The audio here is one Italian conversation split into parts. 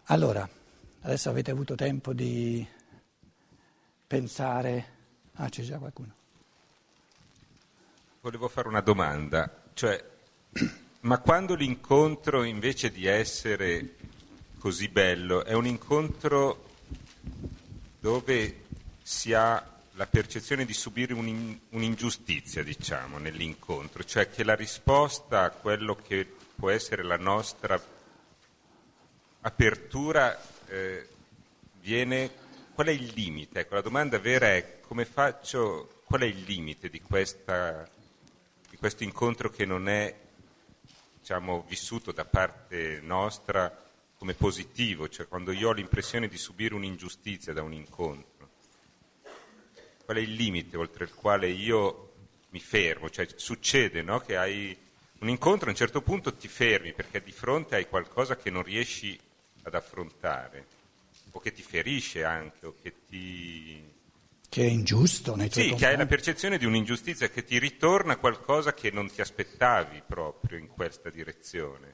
Allora, adesso avete avuto tempo di pensare... Ah, c'è già qualcuno. Volevo fare una domanda, cioè, ma quando l'incontro invece di essere così bello è un incontro dove si ha la percezione di subire un'ingiustizia, diciamo, nell'incontro, cioè che la risposta a quello che può essere la nostra apertura viene... Qual è il limite? Ecco, la domanda vera è come faccio, qual è il limite di questo incontro che non è, diciamo, vissuto da parte nostra come positivo, cioè quando io ho l'impressione di subire un'ingiustizia da un incontro. Qual è il limite oltre il quale io mi fermo? Cioè succede, no? Che hai un incontro, a un certo punto ti fermi perché di fronte hai qualcosa che non riesci ad affrontare, o che ti ferisce anche, o che ti... Che è ingiusto nei tuoi confronti. Che hai la percezione di un'ingiustizia, che ti ritorna qualcosa che non ti aspettavi proprio in questa direzione.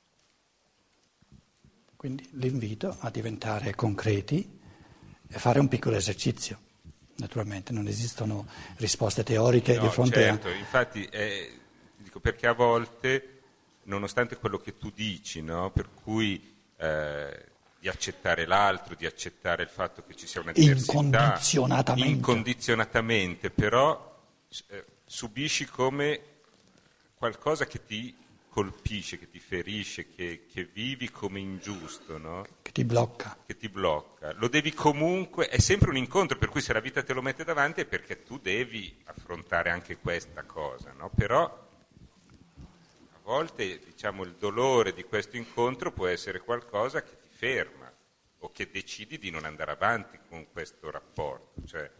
Quindi l'invito a diventare concreti e fare un piccolo esercizio. Naturalmente non esistono risposte teoriche di fronte certo, infatti dico perché a volte, nonostante quello che tu dici, no, per cui di accettare l'altro, di accettare il fatto che ci sia una diversità incondizionatamente, però subisci come qualcosa che ti colpisce, che ti ferisce, che vivi come ingiusto, no? Che ti blocca. Lo devi comunque, è sempre un incontro, per cui se la vita te lo mette davanti è perché tu devi affrontare anche questa cosa, no? Però a volte, diciamo, il dolore di questo incontro può essere qualcosa che ti ferma o che decidi di non andare avanti con questo rapporto, cioè...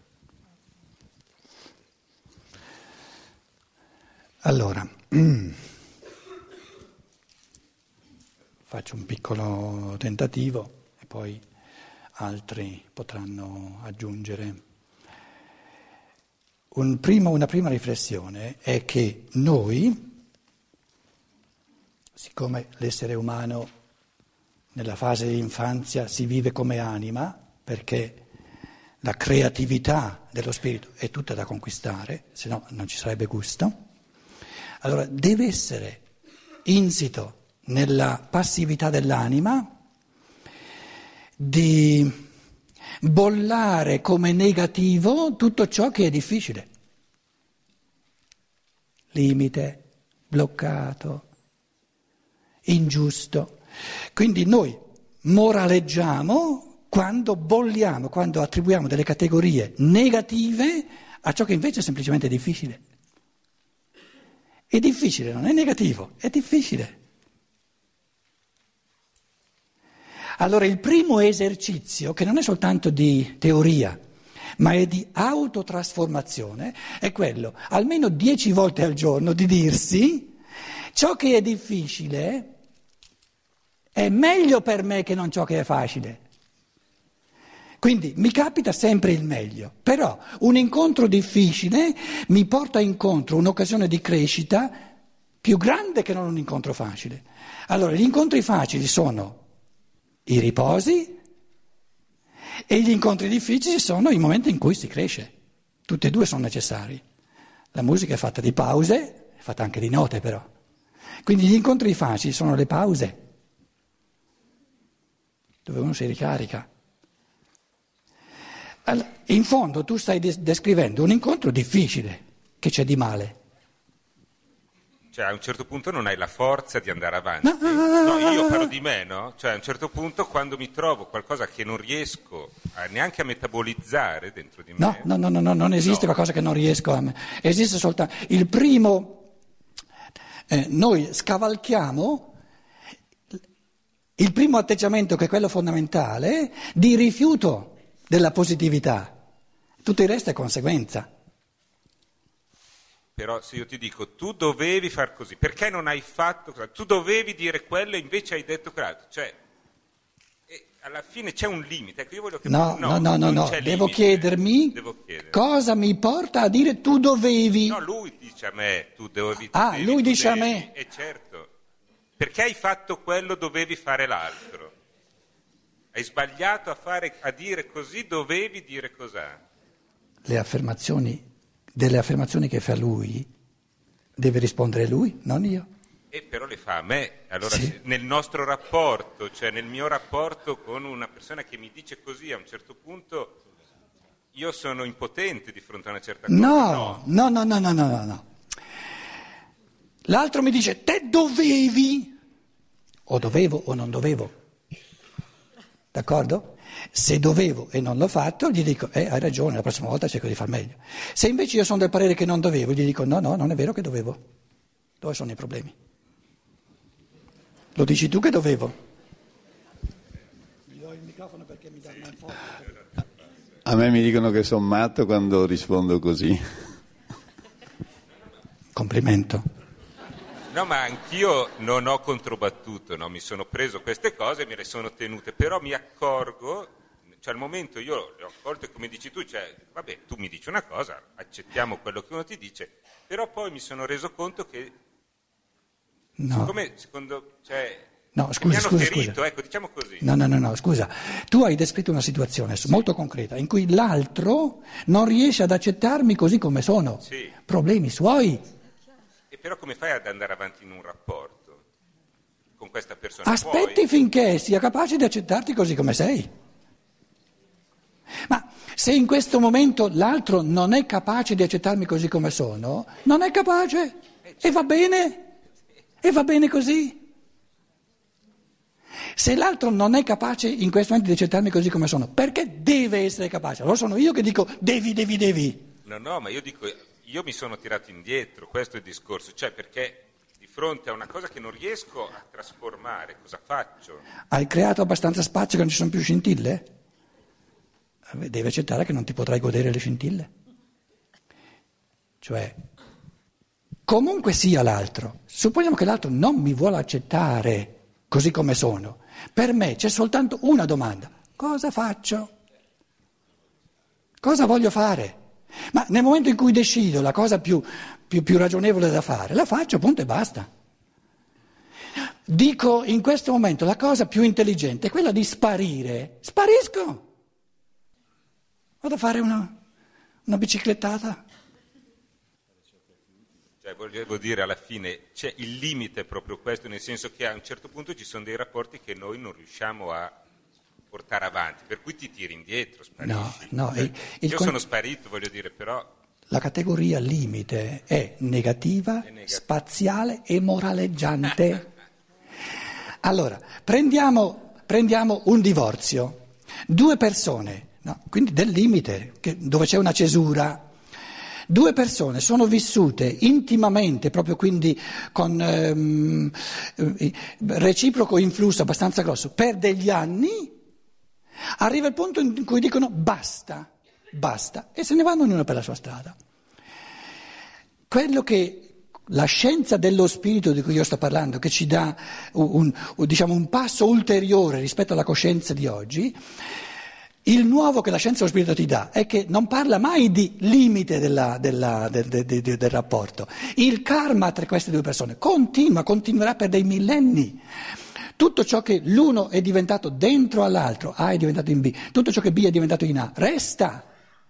Allora, faccio un piccolo tentativo e poi altri potranno aggiungere. Una prima riflessione è che noi, siccome l'essere umano nella fase di infanzia si vive come anima, perché la creatività dello spirito è tutta da conquistare, se no non ci sarebbe gusto, allora deve essere insito nella passività dell'anima di bollare come negativo tutto ciò che è difficile, limite, bloccato, ingiusto. Quindi noi moraleggiamo quando bolliamo, quando attribuiamo delle categorie negative a ciò che invece è semplicemente difficile. È difficile, non è negativo, è difficile. Allora il primo esercizio, che non è soltanto di teoria, ma è di autotrasformazione, è quello, almeno 10 volte al giorno, di dirsi: ciò che è difficile è meglio per me che non ciò che è facile. Quindi mi capita sempre il meglio, però un incontro difficile mi porta incontro un'occasione di crescita più grande che non un incontro facile. Allora gli incontri facili sono i riposi e gli incontri difficili sono i momenti in cui si cresce. Tutti e due sono necessari. La musica è fatta di pause, è fatta anche di note però. Quindi gli incontri facili sono le pause, dove uno si ricarica. Allora, in fondo tu stai descrivendo un incontro difficile, che c'è di male? Cioè a un certo punto non hai la forza di andare avanti. No, io parlo di me, no? Cioè a un certo punto quando mi trovo qualcosa che non riesco neanche a metabolizzare dentro di me... No, non esiste qualcosa che non riesco a... Esiste soltanto... Il primo... noi scavalchiamo il primo atteggiamento, che è quello fondamentale, di rifiuto della positività. Tutto il resto è conseguenza. Però se io ti dico, tu dovevi far così, perché non hai fatto così? Tu dovevi dire quello e invece hai detto quell'altro. Cioè, alla fine c'è un limite. Ecco, io voglio che No. Devo chiedermi cosa mi porta a dire tu dovevi. No, lui dice a me, tu dovevi. Lui dice a me. E certo, perché hai fatto quello, dovevi fare l'altro. Hai sbagliato a dire così, dovevi dire cos'ha. Delle affermazioni che fa lui, deve rispondere lui, non io. E però le fa a me. Allora Sì. nel nostro rapporto, cioè nel mio rapporto con una persona che mi dice così, a un certo punto io sono impotente di fronte a una certa cosa. No. L'altro mi dice, te dovevi, o dovevo o non dovevo, d'accordo? Se dovevo e non l'ho fatto, gli dico, hai ragione, la prossima volta cerco di far meglio. Se invece io sono del parere che non dovevo, gli dico, no, non è vero che dovevo. Dove sono i problemi? Lo dici tu che dovevo? Gli do il microfono perché mi dà una forte. A me mi dicono che sono matto quando rispondo così. Complimento. No, ma anch'io non ho controbattuto, no? Mi sono preso queste cose e me le sono tenute, però mi accorgo, cioè al momento io le ho accolte come dici tu, cioè vabbè, tu mi dici una cosa, accettiamo quello che uno ti dice, però poi mi sono reso conto che No. siccome No, mi scusa, hanno scusa, ferito, scusa. ecco, diciamo così. No, scusa. Tu hai descritto una situazione molto concreta in cui l'altro non riesce ad accettarmi così come sono. Sì. Problemi suoi. E però come fai ad andare avanti in un rapporto con questa persona? Aspetti Puoi? finché sia capace di accettarti così come sei. Ma se in questo momento l'altro non è capace di accettarmi così come sono, non è capace e va bene così. Se l'altro non è capace in questo momento di accettarmi così come sono, perché deve essere capace? Allora sono io che dico devi. No, ma io dico, io mi sono tirato indietro, questo è il discorso, cioè perché di fronte a una cosa che non riesco a trasformare, cosa faccio? Hai creato abbastanza spazio che non ci sono più scintille? Devi accettare che non ti potrai godere le scintille. Cioè, comunque sia l'altro, supponiamo che l'altro non mi vuole accettare così come sono. Per me c'è soltanto una domanda: cosa faccio? Cosa voglio fare? Ma nel momento in cui decido la cosa più ragionevole da fare, la faccio, punto e basta. Dico in questo momento la cosa più intelligente è quella di sparire. Sparisco. Vado a fare una biciclettata. Cioè, volevo dire, alla fine c'è il limite è proprio questo, nel senso che a un certo punto ci sono dei rapporti che noi non riusciamo a portare avanti, per cui ti tiri indietro, sparisci. No, io sono sparito, voglio dire, però... La categoria limite è negativa, spaziale e moraleggiante. Allora, prendiamo un divorzio. 2 persone, no, quindi del limite, dove c'è una cesura. 2 persone sono vissute intimamente, proprio quindi con reciproco influsso abbastanza grosso, per degli anni. Arriva il punto in cui dicono basta, e se ne vanno ognuno per la sua strada. Quello che la scienza dello spirito di cui io sto parlando, che ci dà un passo ulteriore rispetto alla coscienza di oggi, il nuovo che la scienza dello spirito ti dà è che non parla mai di limite del rapporto. Il karma tra queste 2 persone continuerà per dei millenni. Tutto ciò che l'uno è diventato dentro all'altro, A è diventato in B, tutto ciò che B è diventato in A, resta.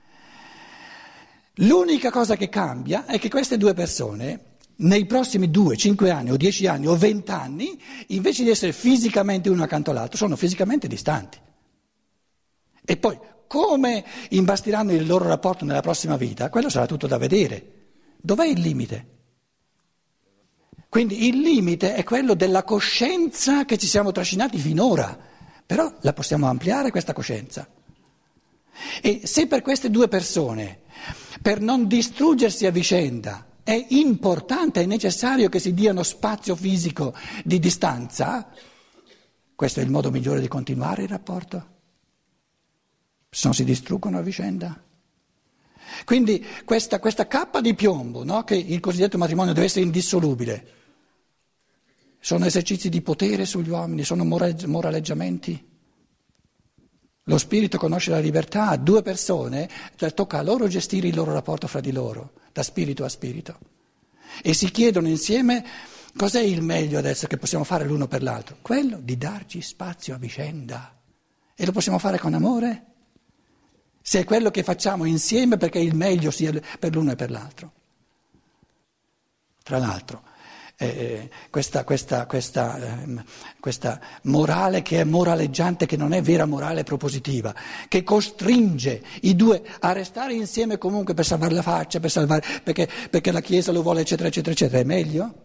L'unica cosa che cambia è che queste 2 persone, nei prossimi 2, 5 anni o 10 anni o 20 anni, invece di essere fisicamente uno accanto all'altro, sono fisicamente distanti. E poi, come imbastiranno il loro rapporto nella prossima vita, quello sarà tutto da vedere. Dov'è il limite? Quindi il limite è quello della coscienza che ci siamo trascinati finora, però la possiamo ampliare questa coscienza. E se per queste 2 persone, per non distruggersi a vicenda, è importante, è necessario che si diano spazio fisico di distanza, questo è il modo migliore di continuare il rapporto. Se non si distruggono a vicenda. Quindi questa cappa di piombo, no, che il cosiddetto matrimonio deve essere indissolubile, sono esercizi di potere sugli uomini, sono moraleggiamenti. Lo spirito conosce la libertà, 2 persone, cioè tocca a loro gestire il loro rapporto fra di loro, da spirito a spirito. E si chiedono insieme cos'è il meglio adesso che possiamo fare l'uno per l'altro. Quello di darci spazio a vicenda. E lo possiamo fare con amore? Se è quello che facciamo insieme perché il meglio sia per l'uno e per l'altro. Tra l'altro, questa morale che è moraleggiante, che non è vera morale propositiva, che costringe i due a restare insieme comunque per salvare la faccia, perché la Chiesa lo vuole, eccetera, eccetera, eccetera, è meglio?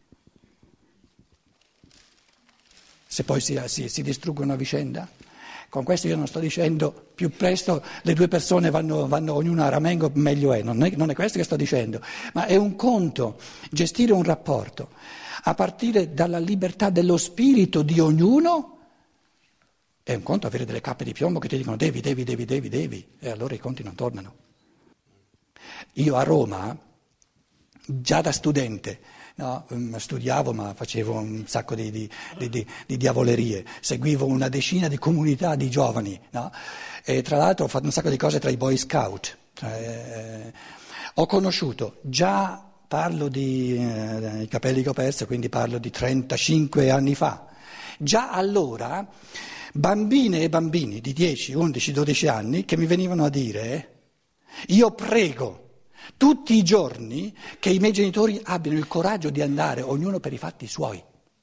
Se poi si distruggono a vicenda? Con questo io non sto dicendo più presto le due persone vanno ognuna a ramengo, meglio è, non è questo che sto dicendo, ma è un conto gestire un rapporto a partire dalla libertà dello spirito di ognuno, è un conto avere delle cappe di piombo che ti dicono devi, e allora i conti non tornano. Io a Roma, già da studente, no, studiavo ma facevo un sacco di diavolerie, seguivo una decina di comunità di giovani, no? E tra l'altro ho fatto un sacco di cose tra i Boy Scout, ho conosciuto, già parlo di i capelli che ho perso, quindi parlo di 35 anni fa, già allora bambine e bambini di 10, 11, 12 anni che mi venivano a dire io prego tutti i giorni che i miei genitori abbiano il coraggio di andare ognuno per i fatti suoi.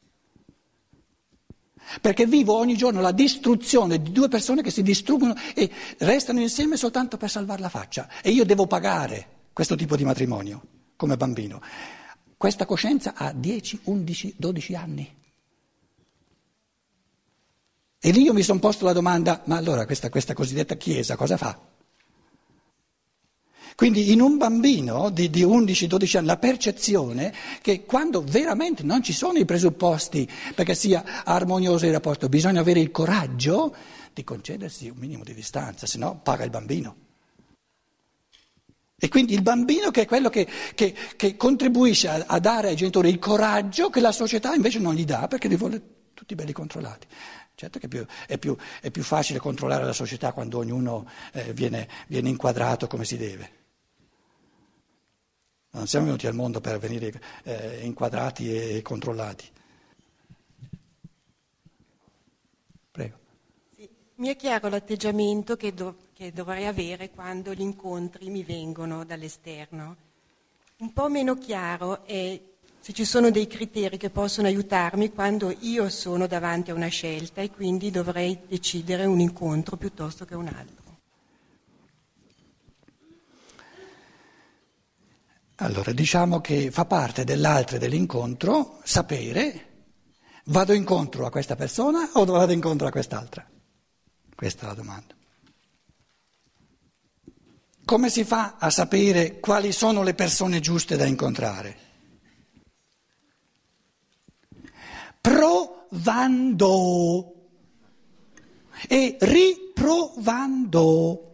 Perché vivo ogni giorno la distruzione di due persone che si distruggono e restano insieme soltanto per salvare la faccia. E io devo pagare questo tipo di matrimonio come bambino. Questa coscienza ha 10, 11, 12 anni. E lì io mi sono posto la domanda, ma allora questa cosiddetta Chiesa cosa fa? Quindi in un bambino di 11-12 anni la percezione che quando veramente non ci sono i presupposti perché sia armonioso il rapporto, bisogna avere il coraggio di concedersi un minimo di distanza, se no paga il bambino. E quindi il bambino che è quello che contribuisce a dare ai genitori il coraggio che la società invece non gli dà perché li vuole tutti belli controllati. Certo che è più facile controllare la società quando ognuno viene inquadrato come si deve. Non siamo venuti al mondo per venire inquadrati e controllati. Prego. Sì, mi è chiaro l'atteggiamento che dovrei avere quando gli incontri mi vengono dall'esterno. Un po' meno chiaro è se ci sono dei criteri che possono aiutarmi quando io sono davanti a una scelta e quindi dovrei decidere un incontro piuttosto che un altro. Allora, diciamo che fa parte dell'altro dell'incontro sapere vado incontro a questa persona o vado incontro a quest'altra? Questa è la domanda. Come si fa a sapere quali sono le persone giuste da incontrare? Provando e riprovando.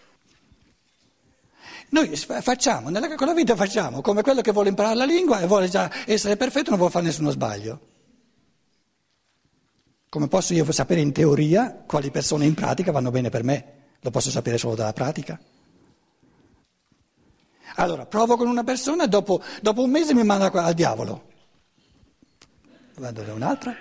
Noi facciamo, con la vita facciamo come quello che vuole imparare la lingua e vuole già essere perfetto, non vuole fare nessuno sbaglio. Come posso io sapere in teoria quali persone in pratica vanno bene per me? Lo posso sapere solo dalla pratica? Allora, provo con una persona, dopo un mese mi manda al diavolo. Vado da un'altra.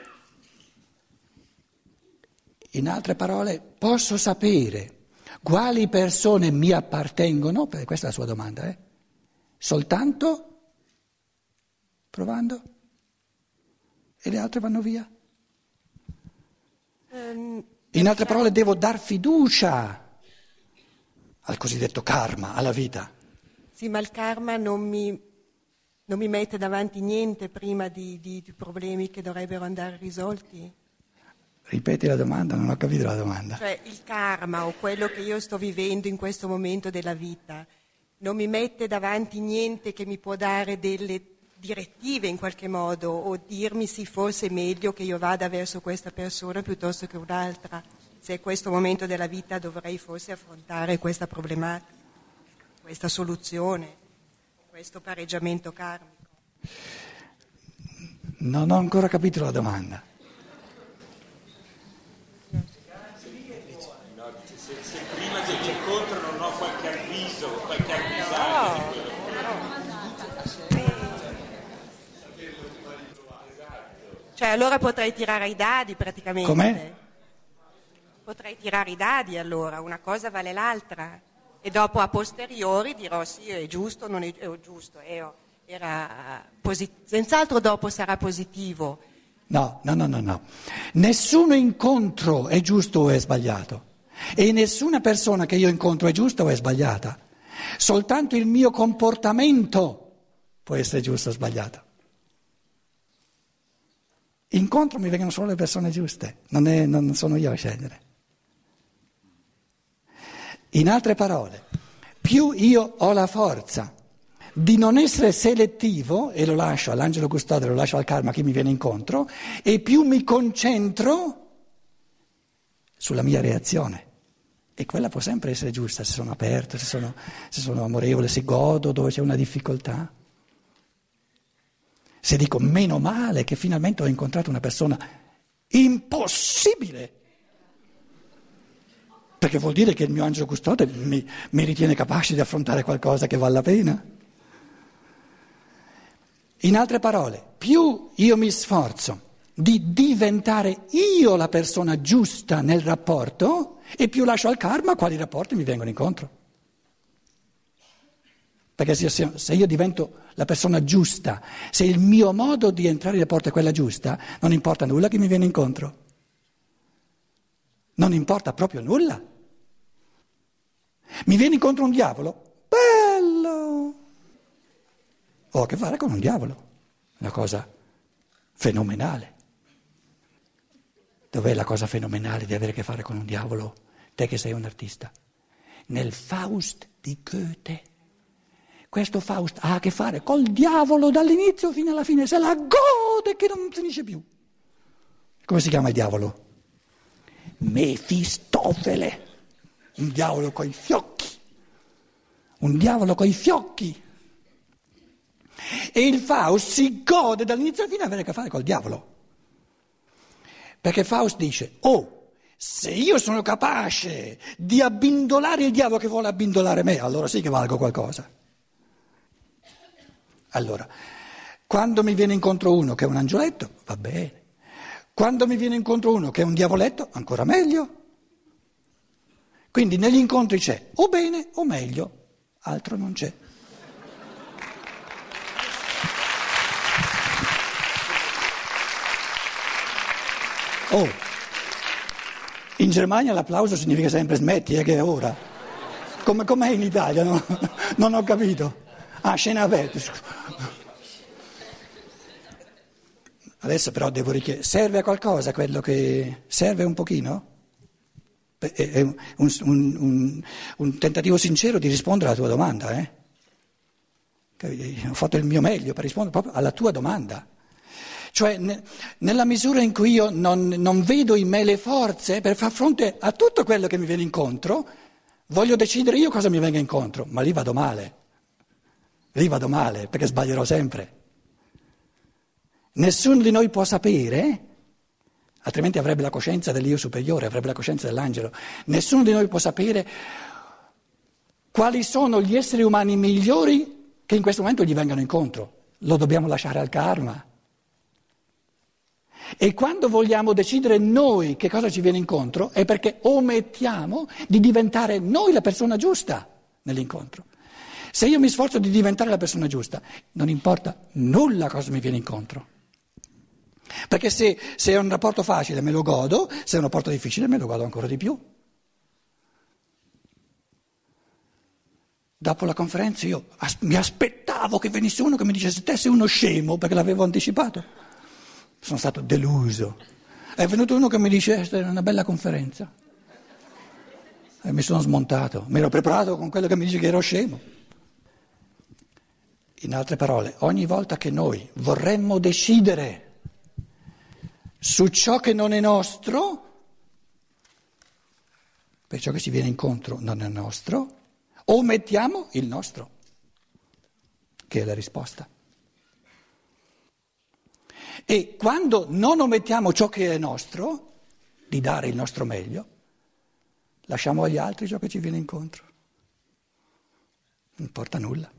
In altre parole, posso sapere quali persone mi appartengono, perché questa è la sua domanda, soltanto provando e le altre vanno via? In altre parole, devo dar fiducia al cosiddetto karma, alla vita. Sì, ma il karma non mi mette davanti niente prima di problemi che dovrebbero andare risolti? Ripeti la domanda, non ho capito la domanda. Cioè il karma o quello che io sto vivendo in questo momento della vita non mi mette davanti niente che mi può dare delle direttive in qualche modo o dirmi sì, forse è meglio che io vada verso questa persona piuttosto che un'altra, se è questo momento della vita dovrei forse affrontare questa problematica, questa soluzione, questo pareggiamento karmico. Non ho ancora capito la domanda. Se prima dell'incontro non ho qualche avviso, qualche avvisaglia. Cioè allora potrei tirare i dadi praticamente. Com'è? Potrei tirare i dadi allora, una cosa vale l'altra. E dopo a posteriori dirò sì, è giusto, non è giusto, senz'altro dopo sarà positivo. No. Nessun incontro è giusto o è sbagliato. E nessuna persona che io incontro è giusta o è sbagliata. Soltanto il mio comportamento può essere giusto o sbagliato. Incontro mi vengono solo le persone giuste, non sono io a scegliere. In altre parole, più io ho la forza di non essere selettivo, e lo lascio all'angelo custode, lo lascio al karma, chi mi viene incontro, e più mi concentro sulla mia reazione. E quella può sempre essere giusta, se sono aperto, se sono amorevole, se godo dove c'è una difficoltà. Se dico meno male che finalmente ho incontrato una persona impossibile, perché vuol dire che il mio angelo custode mi ritiene capace di affrontare qualcosa che vale la pena. In altre parole, più io mi sforzo di diventare io la persona giusta nel rapporto, e più lascio al karma quali rapporti mi vengono incontro. Perché se io divento la persona giusta, se il mio modo di entrare in rapporto è quella giusta, non importa nulla che mi viene incontro. Non importa proprio nulla. Mi viene incontro un diavolo? Bello! Ho a che fare con un diavolo. Una cosa fenomenale. Dov'è la cosa fenomenale di avere a che fare con un diavolo? Te che sei un artista. Nel Faust di Goethe. Questo Faust ha a che fare col diavolo dall'inizio fino alla fine. Se la gode che non finisce più. Come si chiama il diavolo? Mefistofele, un diavolo coi fiocchi, e il Faust si gode dall'inizio alla fine avere a che fare col diavolo, perché Faust dice, se io sono capace di abbindolare il diavolo che vuole abbindolare me, allora sì che valgo qualcosa. Allora, quando mi viene incontro uno che è un angioletto, va bene. Quando mi viene incontro uno che è un diavoletto, ancora meglio. Quindi negli incontri c'è o bene o meglio, altro non c'è. In Germania l'applauso significa sempre smetti, che è ora. Com'è in Italia? No? Non ho capito. Scena aperta. Adesso però devo richiedere, serve a qualcosa quello che serve un pochino? È un tentativo sincero di rispondere alla tua domanda, Ho fatto il mio meglio per rispondere proprio alla tua domanda. Cioè, nella misura in cui io non vedo in me le forze per far fronte a tutto quello che mi viene incontro, voglio decidere io cosa mi venga incontro, ma lì vado male, perché sbaglierò sempre. Nessuno di noi può sapere, altrimenti avrebbe la coscienza dell'io superiore, avrebbe la coscienza dell'angelo. Nessuno di noi può sapere quali sono gli esseri umani migliori che in questo momento gli vengano incontro. Lo dobbiamo lasciare al karma. E quando vogliamo decidere noi che cosa ci viene incontro è perché omettiamo di diventare noi la persona giusta nell'incontro. Se io mi sforzo di diventare la persona giusta, non importa nulla cosa mi viene incontro. Perché se è un rapporto facile me lo godo, se è un rapporto difficile me lo godo ancora di più. Dopo la conferenza io mi aspettavo che venisse uno che mi dicesse te sei uno scemo, perché l'avevo anticipato. Sono stato deluso. È venuto uno che mi dice questa è una bella conferenza. E mi sono smontato, mi ero preparato con quello che mi dice che ero scemo. In altre parole, ogni volta che noi vorremmo decidere su ciò che non è nostro, per ciò che ci viene incontro non è nostro, omettiamo il nostro, che è la risposta. E quando non omettiamo ciò che è nostro, di dare il nostro meglio, lasciamo agli altri ciò che ci viene incontro. Non importa nulla.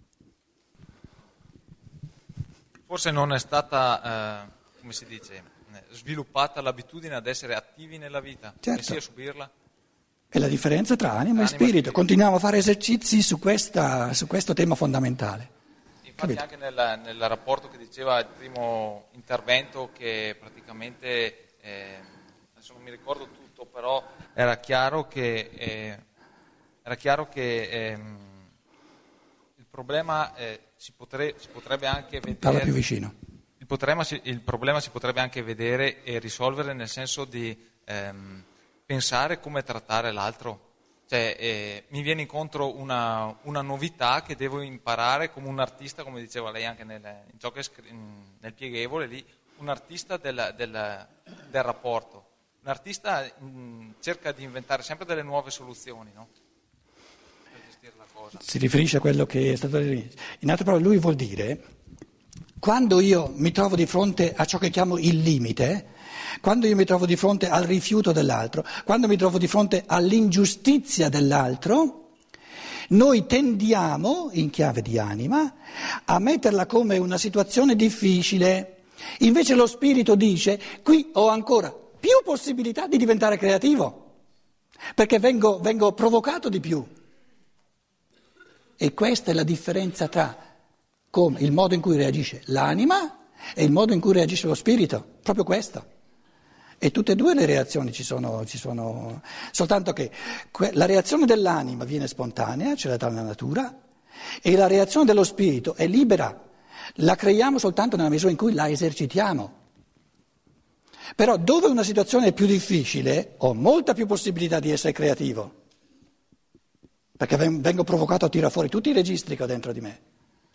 Forse non è stata, come si dice, sviluppata l'abitudine ad essere attivi nella vita, Certo. e sia subirla. È la differenza tra anima e Anima e spirito. spirito. Continuiamo a fare esercizi su questo tema fondamentale. Infatti Capito? anche nel rapporto che diceva il primo intervento, che praticamente, adesso non mi ricordo tutto, però era chiaro che il problema si potrebbe anche Parla vedere. più vicino. Il problema si potrebbe anche vedere e risolvere nel senso di pensare come trattare l'altro. Cioè, mi viene incontro una novità che devo imparare come un artista, come diceva lei anche in ciò che nel pieghevole, lì, un artista del rapporto. Un artista cerca di inventare sempre delle nuove soluzioni, no? Per gestire la cosa. Si riferisce a quello che è stato all'inizio. In altre parole, lui vuol dire, quando io mi trovo di fronte a ciò che chiamo il limite, quando io mi trovo di fronte al rifiuto dell'altro, quando mi trovo di fronte all'ingiustizia dell'altro, noi tendiamo, in chiave di anima, a metterla come una situazione difficile. Invece lo spirito dice, qui ho ancora più possibilità di diventare creativo, perché vengo provocato di più. E questa è la differenza tra il modo in cui reagisce l'anima e il modo in cui reagisce lo spirito, proprio questo. E tutte e due le reazioni ci sono, soltanto che la reazione dell'anima viene spontanea, ce l'ha dalla natura, e la reazione dello spirito è libera, la creiamo soltanto nella misura in cui la esercitiamo. Però dove una situazione è più difficile, ho molta più possibilità di essere creativo, perché vengo provocato a tirare fuori tutti i registri che ho dentro di me.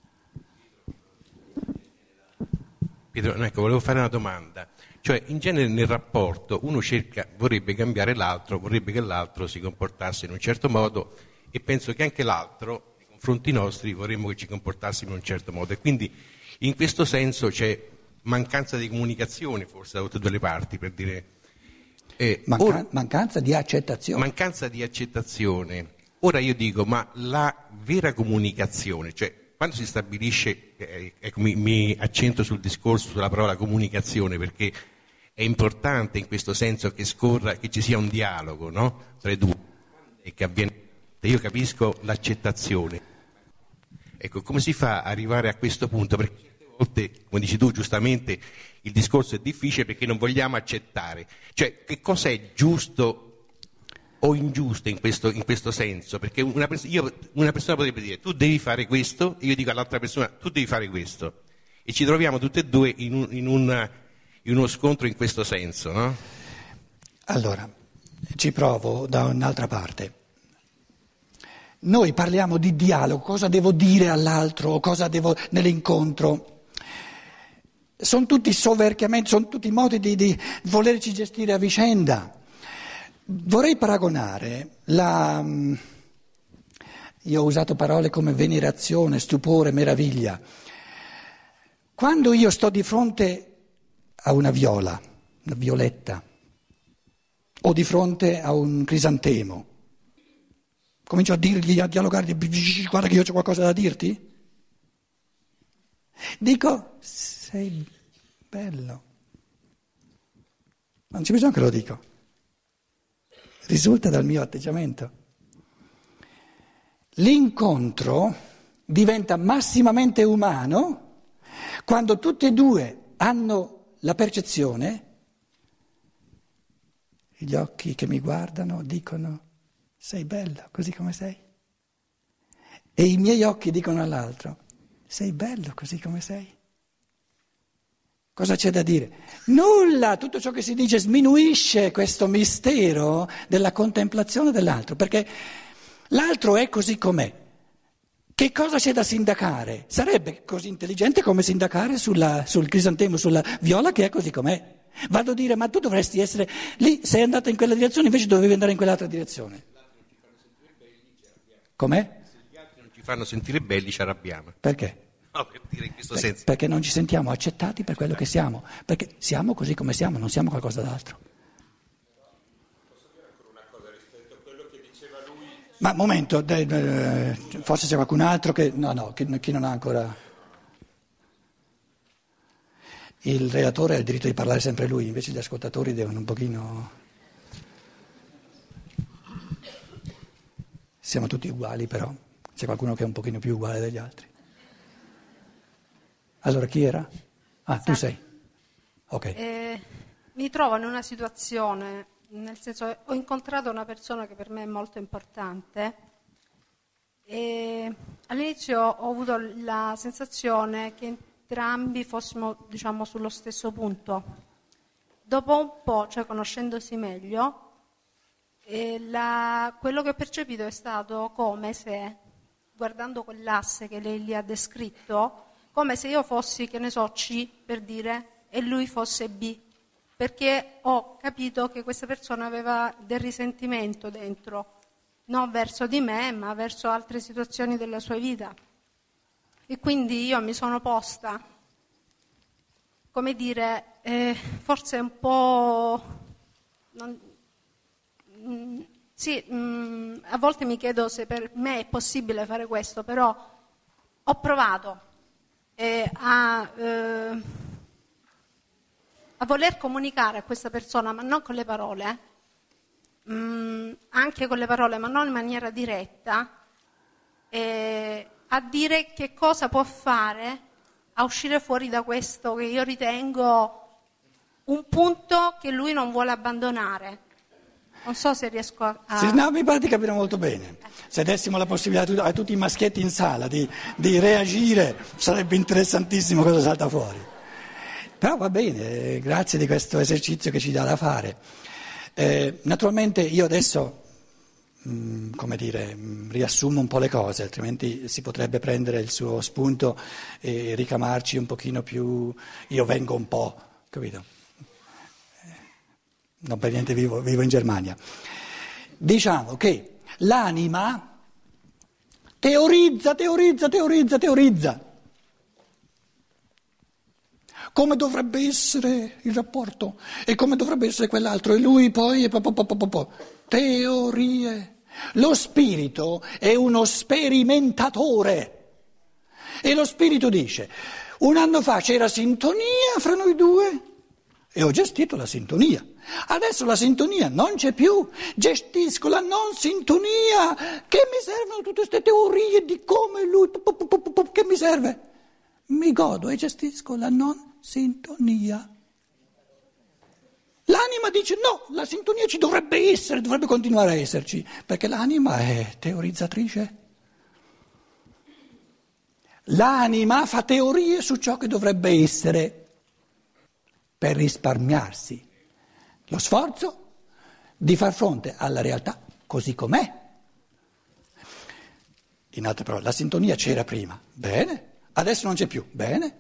Pietro, ecco, volevo fare una domanda. Cioè, in genere nel rapporto uno vorrebbe cambiare l'altro, vorrebbe che l'altro si comportasse in un certo modo, e penso che anche l'altro, nei confronti nostri, vorremmo che ci comportassimo in un certo modo. E quindi in questo senso c'è mancanza di comunicazione, forse, da tutte e due le parti, per dire... Mancanza di accettazione. Mancanza di accettazione. Ora io dico, ma la vera comunicazione, cioè quando si stabilisce, ecco, mi accentro sul discorso, sulla parola comunicazione, perché è importante in questo senso che ci sia un dialogo, no? Tra i due, e che avviene. Io capisco l'accettazione. Ecco, come si fa ad arrivare a questo punto? Perché certe volte, come dici tu giustamente, il discorso è difficile perché non vogliamo accettare. Cioè, che cosa è giusto o ingiusto in questo senso? Perché una persona potrebbe dire tu devi fare questo, e io dico all'altra persona tu devi fare questo, e ci troviamo tutte e due in uno scontro in questo senso, no? Allora, ci provo da un'altra parte. Noi parliamo di dialogo, cosa devo dire all'altro, cosa devo nell'incontro. Sono tutti soverchiamenti, sono tutti modi di volerci gestire a vicenda. Vorrei paragonare io ho usato parole come venerazione, stupore, meraviglia. Quando io sto di fronte a una viola, una violetta, o di fronte a un crisantemo, comincio a dialogargli, guarda che io ho qualcosa da dirti? Dico, sei bello. Non c'è bisogno che lo dico. Risulta dal mio atteggiamento. L'incontro diventa massimamente umano quando tutti e due hanno la percezione, gli occhi che mi guardano dicono sei bello così come sei, e i miei occhi dicono all'altro sei bello così come sei. Cosa c'è da dire? Nulla, tutto ciò che si dice sminuisce questo mistero della contemplazione dell'altro, perché l'altro è così com'è. Che cosa c'è da sindacare? Sarebbe così intelligente come sindacare sul crisantemo, sulla viola che è così com'è. Vado a dire, ma tu dovresti essere lì, sei andato in quella direzione, invece dovevi andare in quell'altra direzione. Com'è? Se gli altri non ci fanno sentire belli, ci arrabbiamo. Perché? No, per dire in questo senso. Perché non ci sentiamo accettati per quello che siamo, perché siamo così come siamo, non siamo qualcosa d'altro. Posso dire ancora una cosa rispetto a quello che diceva lui? Ma un momento, forse c'è qualcun altro che... No, chi non ha ancora... Il relatore ha il diritto di parlare sempre lui, invece gli ascoltatori devono un pochino... Siamo tutti uguali però, c'è qualcuno che è un pochino più uguale degli altri. Allora chi era? Ah, tu sei. Ok. Mi trovo in una situazione, nel senso che ho incontrato una persona che per me è molto importante e all'inizio ho avuto la sensazione che entrambi fossimo, diciamo, sullo stesso punto. Dopo un po', cioè conoscendosi meglio, quello che ho percepito è stato come se, guardando quell'asse che lei lì ha descritto, come se io fossi, che ne so, C, per dire, e lui fosse B, perché ho capito che questa persona aveva del risentimento dentro, non verso di me, ma verso altre situazioni della sua vita. E quindi io mi sono posta, come dire, forse un po'... a volte mi chiedo se per me è possibile fare questo, però ho provato a voler comunicare a questa persona, ma non con le parole, anche con le parole, ma non in maniera diretta, a dire che cosa può fare a uscire fuori da questo che io ritengo un punto che lui non vuole abbandonare. Non so se riesco a... No, mi pare di capire molto bene. Se dessimo la possibilità a tutti i maschietti in sala di reagire, sarebbe interessantissimo cosa salta fuori. Però va bene, grazie di questo esercizio che ci dà da fare. Naturalmente io adesso, riassumo un po' le cose, altrimenti si potrebbe prendere il suo spunto e ricamarci un pochino più... Io vengo un po', capito? Non per niente vivo in Germania. Diciamo che l'anima teorizza. Come dovrebbe essere il rapporto e come dovrebbe essere quell'altro e lui poi teorie. Lo spirito è uno sperimentatore e lo spirito dice: un anno fa c'era sintonia fra noi due e ho gestito la sintonia. Adesso la sintonia non c'è più, gestisco la non sintonia. Che mi servono tutte queste teorie di come lui... Che mi serve? Mi godo e gestisco la non sintonia. L'anima dice no, la sintonia ci dovrebbe essere, dovrebbe continuare a esserci, perché l'anima è teorizzatrice. L'anima fa teorie su ciò che dovrebbe essere per risparmiarsi lo sforzo di far fronte alla realtà così com'è. In altre parole, la sintonia c'era prima, bene, adesso non c'è più, bene.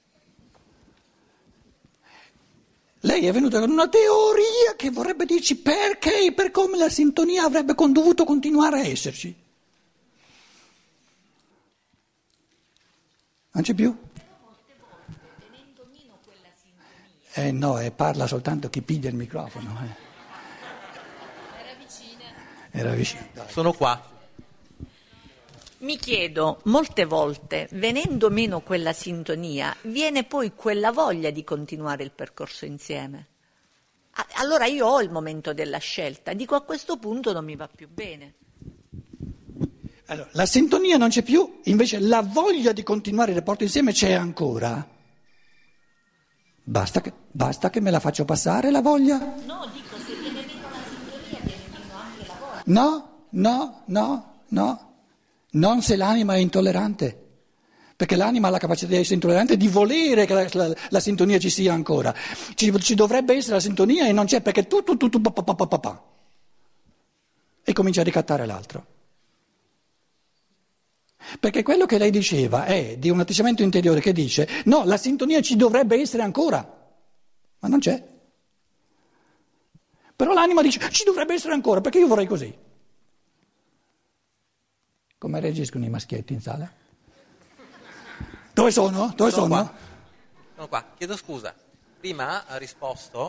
Lei è venuta con una teoria che vorrebbe dirci perché e per come la sintonia avrebbe dovuto continuare a esserci. Non c'è più? No, parla soltanto chi piglia il microfono. Era vicina. Sono qua. Mi chiedo, molte volte, venendo meno quella sintonia, viene poi quella voglia di continuare il percorso insieme. Allora io ho il momento della scelta, dico a questo punto non mi va più bene. Allora, la sintonia non c'è più, invece la voglia di continuare il rapporto insieme c'è ancora. Basta che me la faccio passare la voglia? No, dico, se viene meno la sintonia, viene meno anche la voglia. No. Non se l'anima è intollerante, perché l'anima ha la capacità di essere intollerante, di volere che la sintonia ci sia ancora. Ci dovrebbe essere la sintonia e non c'è, perché tu, pa. E comincia a ricattare l'altro. Perché quello che lei diceva è di un atteggiamento interiore che dice no, la sintonia ci dovrebbe essere ancora, ma non c'è. Però l'anima dice ci dovrebbe essere ancora, perché io vorrei così. Come reagiscono i maschietti in sala? Dove sono? Sono qua. Chiedo scusa. Prima ha risposto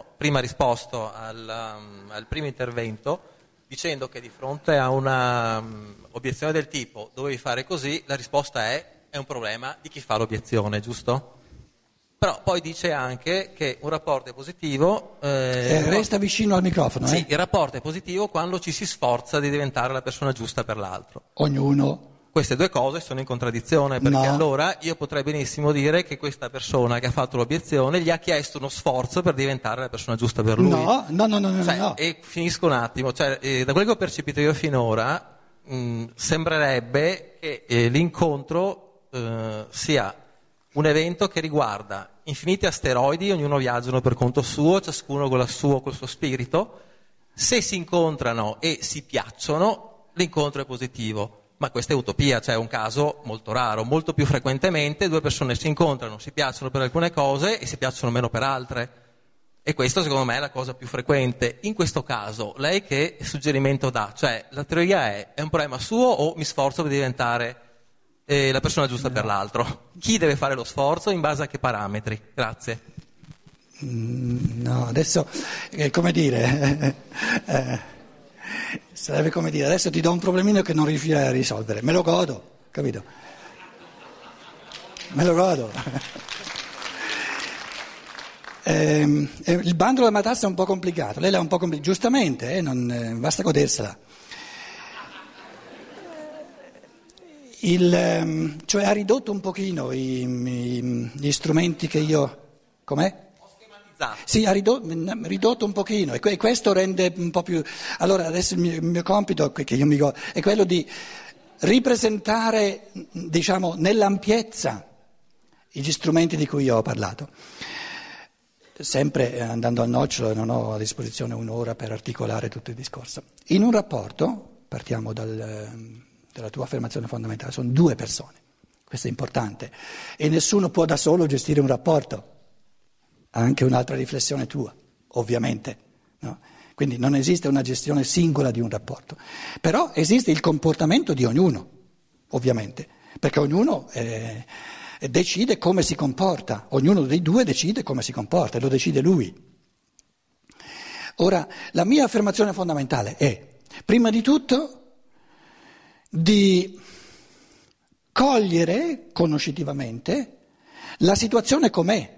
al primo intervento dicendo che di fronte a una obiezione del tipo dovevi fare così, la risposta è un problema di chi fa l'obiezione, giusto? Però poi dice anche che un rapporto è positivo. Resta vicino al microfono. Sì, il rapporto è positivo quando ci si sforza di diventare la persona giusta per l'altro. Ognuno. Queste due cose sono in contraddizione, perché allora io potrei benissimo dire che questa persona che ha fatto l'obiezione gli ha chiesto uno sforzo per diventare la persona giusta per lui. No. E finisco un attimo, da quello che ho percepito io finora, sembrerebbe che l'incontro sia un evento che riguarda infiniti asteroidi, ognuno viaggiano per conto suo, ciascuno col suo spirito. Se si incontrano e si piacciono, l'incontro è positivo. Ma questa è utopia, cioè è un caso molto raro. Molto più frequentemente due persone si incontrano, si piacciono per alcune cose e si piacciono meno per altre. E questo secondo me è la cosa più frequente. In questo caso, lei che suggerimento dà? Cioè, la teoria è un problema suo o mi sforzo per diventare la persona giusta per l'altro? Chi deve fare lo sforzo, in base a che parametri? Grazie. No, adesso, come dire... sarebbe come dire, adesso ti do un problemino che non riuscirai a risolvere, me lo godo, capito? Me lo godo. Il bandolo della matassa è un po' complicato, lei l'ha un po' complicato, giustamente, non basta godersela. Cioè ha ridotto un pochino gli strumenti che io... Com'è? Sì, ha ridotto un pochino e questo rende un po' più... Allora adesso il mio compito, che io mi godo, è quello di ripresentare, diciamo, nell'ampiezza gli strumenti di cui io ho parlato. Sempre andando al nocciolo, non ho a disposizione un'ora per articolare tutto il discorso. In un rapporto, partiamo dalla tua affermazione fondamentale, sono due persone, questo è importante, e nessuno può da solo gestire un rapporto. Anche un'altra riflessione tua, ovviamente, no? Quindi non esiste una gestione singola di un rapporto, però esiste il comportamento di ognuno, ovviamente, perché ognuno decide come si comporta, ognuno dei due decide come si comporta e lo decide lui. Ora, la mia affermazione fondamentale è, prima di tutto, di cogliere conoscitivamente la situazione com'è,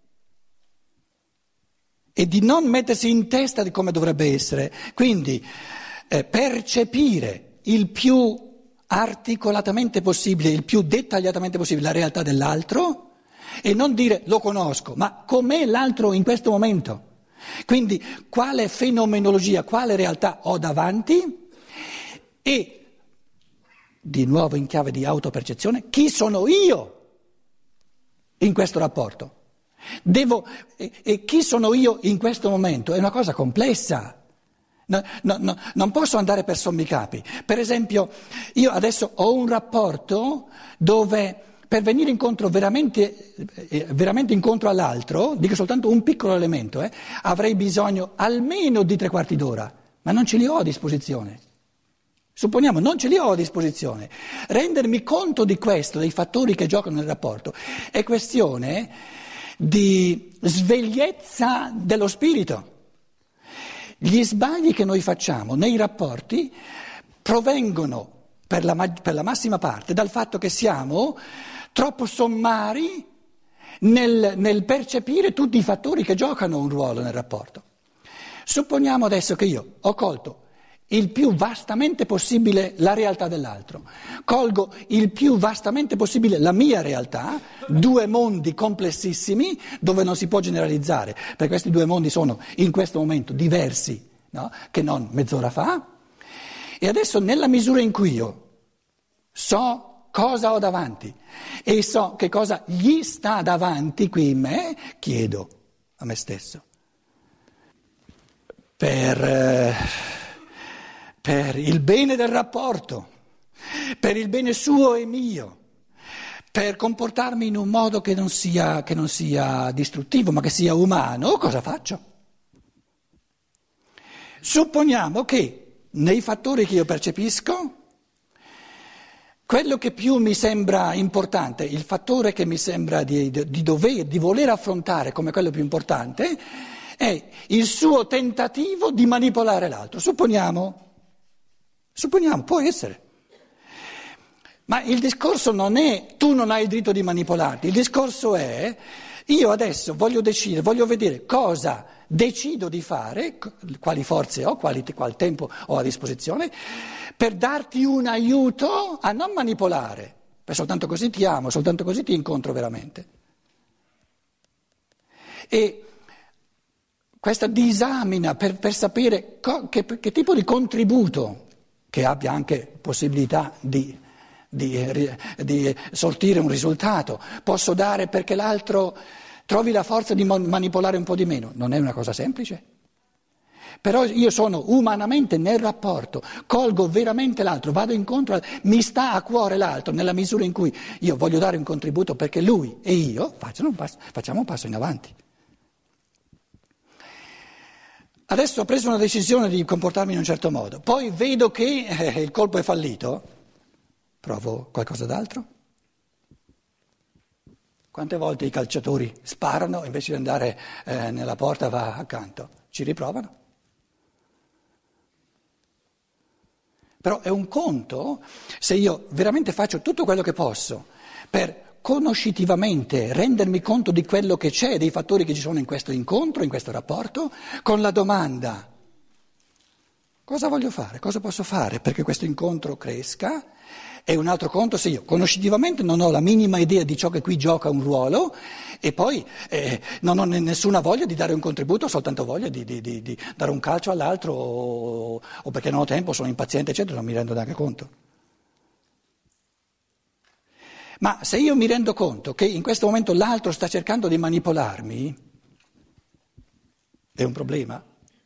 e di non mettersi in testa di come dovrebbe essere, quindi percepire il più articolatamente possibile, il più dettagliatamente possibile la realtà dell'altro e non dire lo conosco, ma com'è l'altro in questo momento. Quindi quale fenomenologia, quale realtà ho davanti e, di nuovo in chiave di autopercezione, chi sono io in questo rapporto. E chi sono io in questo momento? È una cosa complessa. Non posso andare per sommi capi. Per esempio, io adesso ho un rapporto dove per venire incontro veramente incontro all'altro, dico soltanto un piccolo elemento, avrei bisogno almeno di 3/4 d'ora, ma non ce li ho a disposizione. Supponiamo, non ce li ho a disposizione. Rendermi conto di questo, dei fattori che giocano nel rapporto, è questione di svegliezza dello spirito. Gli sbagli che noi facciamo nei rapporti provengono per la massima parte dal fatto che siamo troppo sommari nel percepire tutti i fattori che giocano un ruolo nel rapporto. Supponiamo adesso che io ho colto il più vastamente possibile la realtà dell'altro, colgo il più vastamente possibile la mia realtà, due mondi complessissimi dove non si può generalizzare, perché questi due mondi sono in questo momento diversi, no? Che non mezz'ora fa, e adesso nella misura in cui io so cosa ho davanti e so che cosa gli sta davanti qui in me, chiedo a me stesso per il bene del rapporto, per il bene suo e mio, per comportarmi in un modo che non sia distruttivo, ma che sia umano, cosa faccio? Supponiamo che nei fattori che io percepisco, quello che più mi sembra importante, il fattore che mi sembra di voler affrontare come quello più importante, è il suo tentativo di manipolare l'altro. Supponiamo, può essere. Ma il discorso non è tu non hai il diritto di manipolarti, il discorso è Io adesso voglio decidere, voglio vedere cosa decido di fare, quali forze ho, qual tempo ho a disposizione, per darti un aiuto a non manipolare, perché soltanto così ti amo, soltanto così ti incontro veramente. E questa disamina per sapere che tipo di contributo, che abbia anche possibilità di sortire un risultato, posso dare perché l'altro trovi la forza di manipolare un po' di meno. Non è una cosa semplice. Però io sono umanamente nel rapporto, colgo veramente l'altro, vado incontro, mi sta a cuore l'altro nella misura in cui io voglio dare un contributo perché lui e io facciamo un passo in avanti. Adesso ho preso una decisione di comportarmi in un certo modo, poi vedo che il colpo è fallito. Provo qualcosa d'altro? Quante volte i calciatori sparano e invece di andare nella porta va accanto? Ci riprovano. Però è un conto se io veramente faccio tutto quello che posso per conoscitivamente rendermi conto di quello che c'è, dei fattori che ci sono in questo incontro, in questo rapporto, con la domanda: cosa voglio fare? Cosa posso fare perché questo incontro cresca? E un altro conto se io conoscitivamente non ho la minima idea di ciò che qui gioca un ruolo e poi non ho nessuna voglia di dare un contributo, ho soltanto voglia di dare un calcio all'altro o perché non ho tempo, sono impaziente, eccetera, non mi rendo neanche conto. Ma se io mi rendo conto che in questo momento l'altro sta cercando di manipolarmi, è un problema?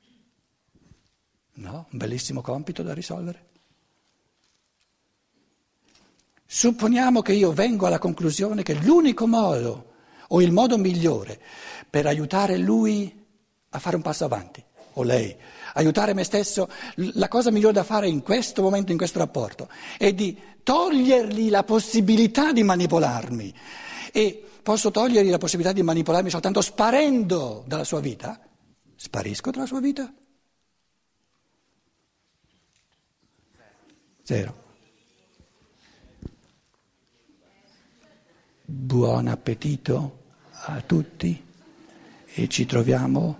No, un bellissimo compito da risolvere. Supponiamo che io vengo alla conclusione che l'unico modo o il modo migliore per aiutare lui a fare un passo avanti, o lei, aiutare me stesso, la cosa migliore da fare in questo momento, in questo rapporto, è di togliergli la possibilità di manipolarmi. E posso togliergli la possibilità di manipolarmi soltanto sparendo dalla sua vita? Sparisco dalla sua vita? Zero. Buon appetito a tutti e ci troviamo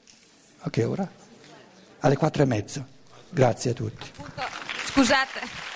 a che ora? Alle 4:30. Grazie a tutti. Scusate.